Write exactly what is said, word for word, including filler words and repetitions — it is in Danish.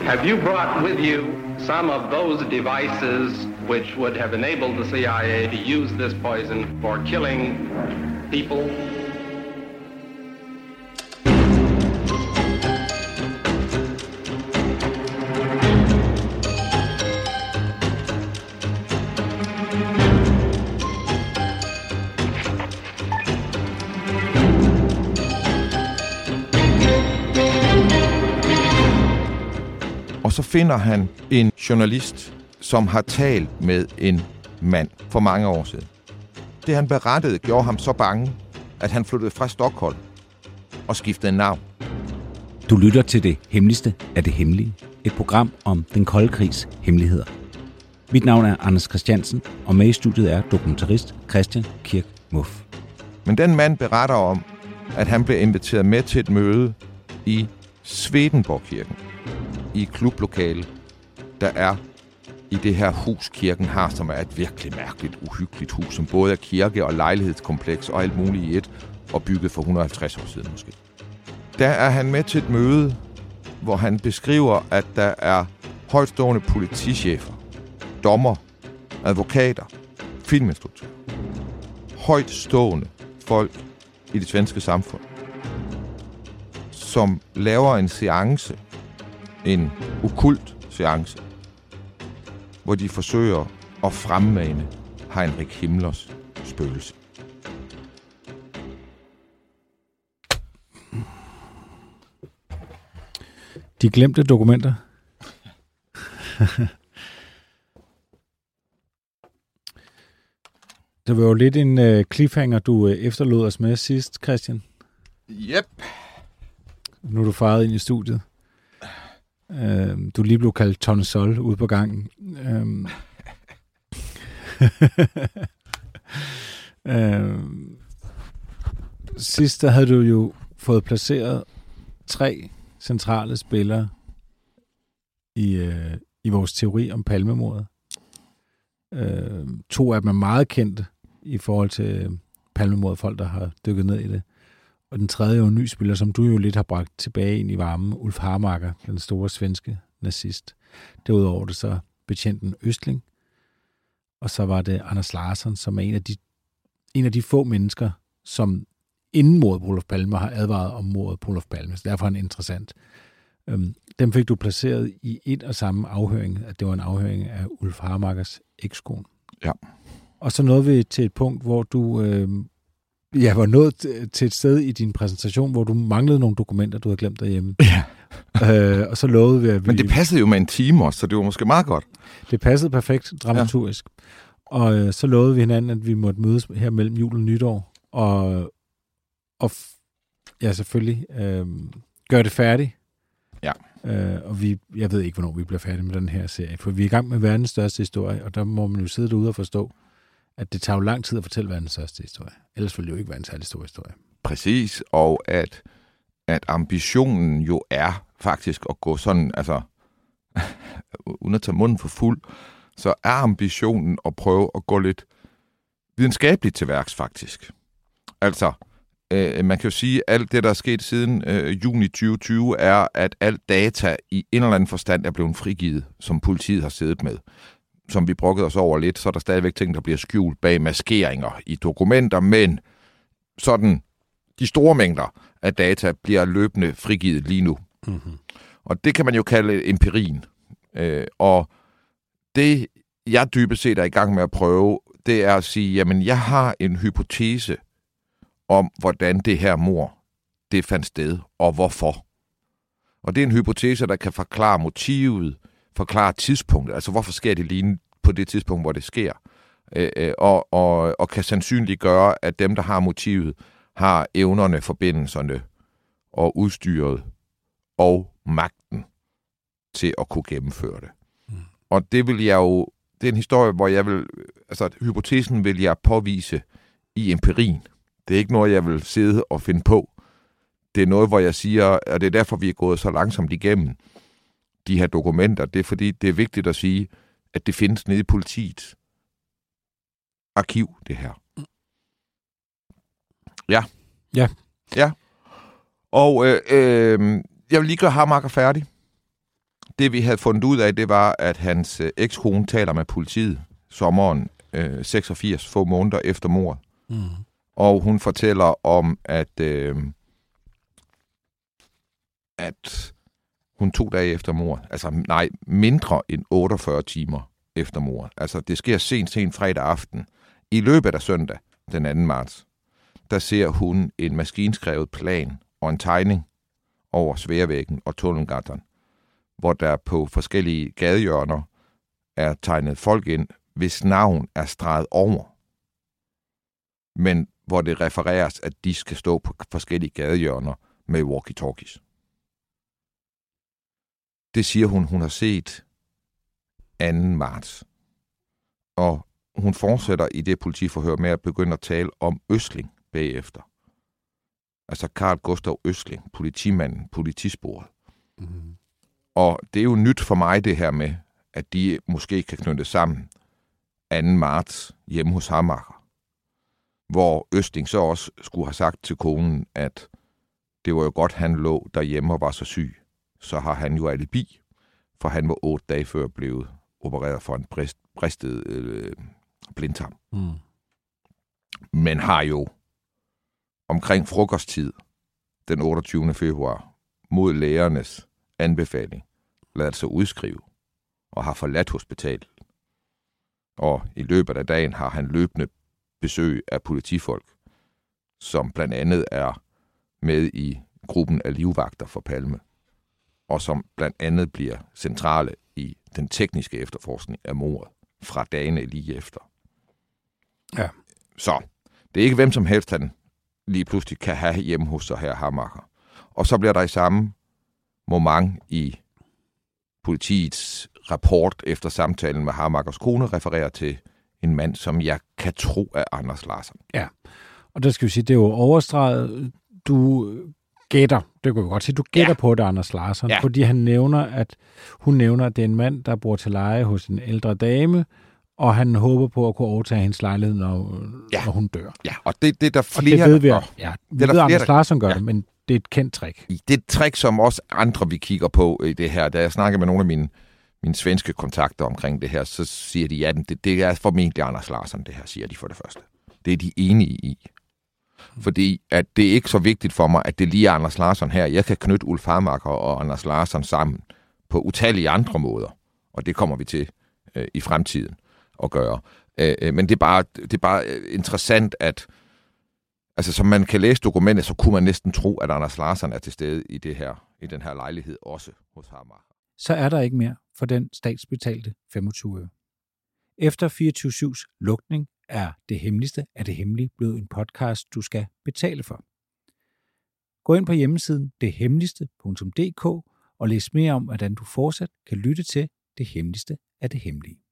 Have you brought with you some of those devices which would have enabled the C I A to use this poison for killing people? Og så finder han en journalist, som har talt med en mand for mange år siden. Det han berettede gjorde ham så bange, at han flyttede fra Stockholm og skiftede navn. Du lytter til Det Hemmeligste af det Hemmelige. Et program om den kolde krigs hemmeligheder. Mit navn er Anders Christiansen, og med i studiet er dokumentarist Christian Kirk Muff. Men den mand beretter om, at han blev inviteret med til et møde i Swedenborgkirken. I et klublokale, der er i det her hus, kirken har, som er et virkelig mærkeligt, uhyggeligt hus, som både er kirke og lejlighedskompleks og alt muligt i et, og bygget for et hundrede og halvtreds år siden måske. Der er han med til et møde, hvor han beskriver, at der er højtstående politichefer, dommer, advokater, filminstruktører, højtstående folk i det svenske samfund, som laver en seance, en okkult seance, hvor de forsøger at fremmane Heinrich Himmlers spøgelse. De glemte dokumenter. Det var jo lidt en uh, cliffhanger, du uh, efterlod os med sidst, Christian. Yep. Nu er du faret ind i studiet. Uh, du lige blev kaldt Tonne Sol ude på gangen. Uh, uh, sidst der havde du jo fået placeret tre centrale spillere i, øh, i vores teori om Palmemordet. Øh, to af dem er meget kendte i forhold til Palmemordet, folk, der har dykket ned i det. Og den tredje er jo en ny spiller, som du jo lidt har bragt tilbage ind i varmen, Ulf Harmager, den store svenske nazist. Derudover det så betjenten Østling, og så var det Anders Larsson, som er en af de, en af de få mennesker, som inden mordet på Olof Palme har advaret om mordet på Olof Palme. Så derfor er han interessant. Øhm, dem fik du placeret i et og samme afhøring, at det var en afhøring af Ulf Harmagers ekskone. Ja. Og så nåede vi til et punkt, hvor du øh, ja, var nået til et sted i din præsentation, hvor du manglede nogle dokumenter, du havde glemt derhjemme. Ja. øh, og så lovede vi, at vi... Men det passede jo med en time også, så det var måske meget godt. Det passede perfekt dramaturgisk. Ja. Og øh, så lovede vi hinanden, at vi måtte mødes her mellem jul og nytår, og Og f- ja, selvfølgelig øh, gør det færdigt. Ja. Øh, og vi, jeg ved ikke, hvornår vi bliver færdige med den her serie, for vi er i gang med verdens største historie, og der må man jo sidde derude og forstå, at det tager jo lang tid at fortælle verdens største historie. Ellers ville det jo ikke være en særlig stor historie. Præcis, og at, at ambitionen jo er faktisk at gå sådan, altså, uden at tage munden for fuld, så er ambitionen at prøve at gå lidt videnskabeligt til værks, faktisk. Altså, øh, man kan jo sige, at alt det, der er sket siden øh, juni tyve tyve, er, at alt data i en eller anden forstand er blevet frigivet, som politiet har siddet med. Som vi brokkede os over lidt, så er der stadigvæk ting, der bliver skjult bag maskeringer i dokumenter, men sådan de store mængder af data bliver løbende frigivet lige nu. Mm-hmm. Og det kan man jo kalde empirien. Øh, og det, jeg dybest set er i gang med at prøve, det er at sige, jamen, jeg har en hypotese om, hvordan det her mord, det fandt sted, og hvorfor. Og det er en hypotese, der kan forklare motivet, forklare tidspunktet, altså hvorfor sker det lige på det tidspunkt, hvor det sker, øh, og, og, og kan sandsynligt gøre, at dem, der har motivet, har evnerne, forbindelserne og udstyret og magten til at kunne gennemføre det. Mm. Og det vil jeg jo, det er en historie, hvor jeg vil, altså hypotesen vil jeg påvise i empirien. Det er ikke noget, jeg vil sidde og finde på. Det er noget, hvor jeg siger, og det er derfor, vi er gået så langsomt igennem de her dokumenter. Det er fordi, det er vigtigt at sige, at det findes nede i politiets arkiv, det her. Ja. Ja. Ja. Og øh, øh, jeg vil lige gøre Harmager færdig. Det vi havde fundet ud af, det var, at hans øh, ekskone taler med politiet sommeren øh, seksogfirs, få måneder efter mordet. Mm. Og hun fortæller om, at, øh, at hun to dage efter mordet, altså nej, mindre end otteogfyrre timer efter mordet. Altså det sker sent, sent fredag aften. I løbet af søndag, den anden marts, der ser hun en maskinskrevet plan og en tegning over Sværvæggen og Tunnelgatan, hvor der på forskellige gadehjørner er tegnet folk ind, hvis navn er streget over, men hvor det refereres, at de skal stå på forskellige gadehjørner med walkie-talkies. Det siger hun, hun har set anden marts. Og hun fortsætter i det politiforhør med at begynde at tale om Østling bagefter. Altså Carl Gustav Østling, politimanden, politisporet. Mm-hmm. Og det er jo nyt for mig det her med, at de måske kan knytte sammen anden marts hjemme hos Hamacher. Hvor Østling så også skulle have sagt til konen, at det var jo godt, han lå derhjemme og var så syg. Så har han jo alibi, for han var otte dage før blevet opereret for en brist, bristet øh, blindtarm. Mm. Men har jo omkring frokosttid den otteogtyvende februar mod lægernes anbefaling ladet sig udskrive og har forladt hospitalet. Og i løbet af dagen har han løbende besøg af politifolk, som blandt andet er med i gruppen af livvagter for Palme, og som blandt andet bliver centrale i den tekniske efterforskning af mordet fra dagene lige efter. Ja. Så det er ikke hvem som helst, han lige pludselig kan have hjemme hos sig her Hamacher. Og så bliver der i samme moment i politiets rapport efter samtalen med Hamachers kone refereret til en mand, som jeg kan tro er Anders Larsson. Ja, og der skal vi sige, det er jo overstreget. Du gætter, det kan vi godt sige, du gætter ja. på det, Anders Larsson, ja. fordi han nævner, at hun nævner, at det er en mand, der bor til leje hos en ældre dame, og han håber på at kunne overtage hendes lejlighed, når, ja. når hun dør. Ja, og det, det er der flere, og det ved vi, at ja, vi det er ved, der Anders flere, Larsson gør ja. det, men det er et kendt trick. Det er et trick, som også andre vi kigger på i det her. Da jeg snakker med nogle af mine, mine svenske kontakter omkring det her, så siger de, at ja, det, det er formentlig Anders Larsson, det her, siger de for det første. Det er de enige i. Fordi at det er ikke så vigtigt for mig, at det lige er Anders Larsson her. Jeg kan knytte Ulf Hamacher og Anders Larsson sammen på utallige andre måder. Og det kommer vi til øh, i fremtiden at gøre. Øh, men det er, bare, det er bare interessant, at altså, som man kan læse dokumentet, så kunne man næsten tro, at Anders Larsson er til stede i, det her, i den her lejlighed også hos Hamacher. Så er der ikke mere for den statsbetalte femogtyve øre. Efter fireogtyve syvs lukning er Det Hemmeligste af det Hemmelige blevet en podcast, du skal betale for. Gå ind på hjemmesiden det hemmeligste punktum d k og læs mere om, hvordan du fortsat kan lytte til Det Hemmeligste af det Hemmelige.